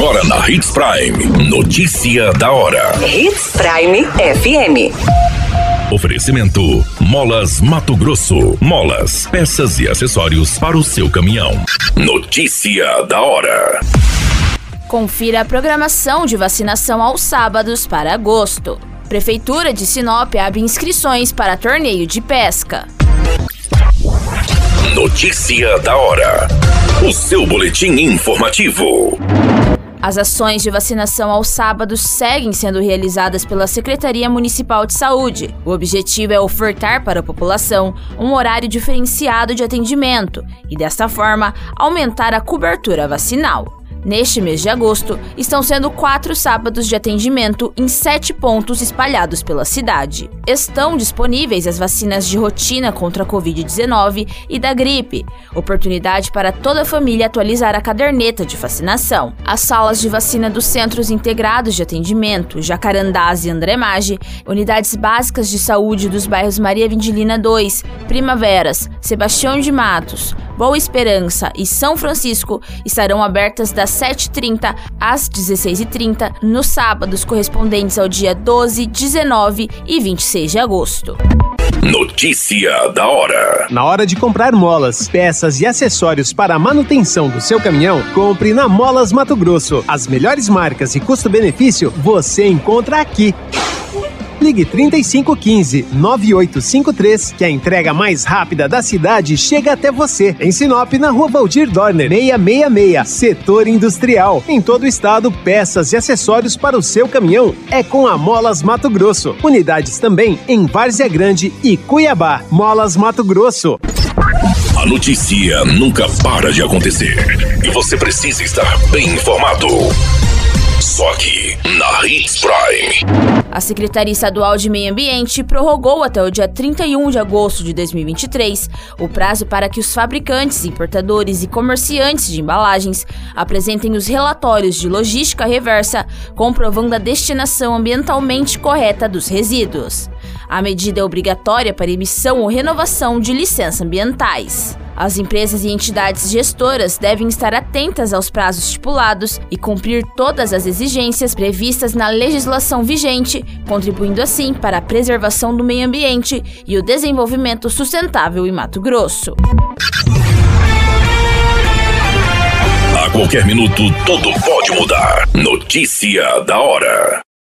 Agora na Hits Prime. Notícia da hora. Hits Prime FM. Oferecimento: Molas Mato Grosso. Molas, peças e acessórios para o seu caminhão. Notícia da hora. Confira a programação de vacinação aos sábados para agosto. Prefeitura de Sinop abre inscrições para torneio de pesca. Notícia da hora. O seu boletim informativo. As ações de vacinação aos sábados seguem sendo realizadas pela Secretaria Municipal de Saúde. O objetivo é ofertar para a população um horário diferenciado de atendimento e, desta forma, aumentar a cobertura vacinal. Neste mês de agosto, estão sendo 4 sábados de atendimento em 7 pontos espalhados pela cidade. Estão disponíveis as vacinas de rotina contra a Covid-19 e da gripe, oportunidade para toda a família atualizar a caderneta de vacinação. As salas de vacina dos Centros Integrados de Atendimento, Jacarandás e André Maggi, unidades básicas de saúde dos bairros Maria Vidilina 2, Primaveras, Sebastião de Matos, Boa Esperança e São Francisco estarão abertas das 7h30 às 16h30 nos sábados correspondentes ao dia 12, 19 e 26 de agosto. Notícia da hora. Na hora de comprar molas, peças e acessórios para a manutenção do seu caminhão, compre na Molas Mato Grosso. As melhores marcas e custo-benefício você encontra aqui. Ligue 3515-9853, que a entrega mais rápida da cidade chega até você. Em Sinop, na Rua Valdir Dorner, 666, Setor Industrial. Em todo o estado, peças e acessórios para o seu caminhão é com a Molas Mato Grosso. Unidades também em Várzea Grande e Cuiabá. Molas Mato Grosso. A notícia nunca para de acontecer e você precisa estar bem informado. Só aqui, na Hits Prime. A Secretaria Estadual de Meio Ambiente prorrogou até o dia 31 de agosto de 2023 o prazo para que os fabricantes, importadores e comerciantes de embalagens apresentem os relatórios de logística reversa comprovando a destinação ambientalmente correta dos resíduos. A medida é obrigatória para emissão ou renovação de licenças ambientais. As empresas e entidades gestoras devem estar atentas aos prazos estipulados e cumprir todas as exigências previstas na legislação vigente, contribuindo assim para a preservação do meio ambiente e o desenvolvimento sustentável em Mato Grosso. A qualquer minuto, tudo pode mudar. Notícia da hora.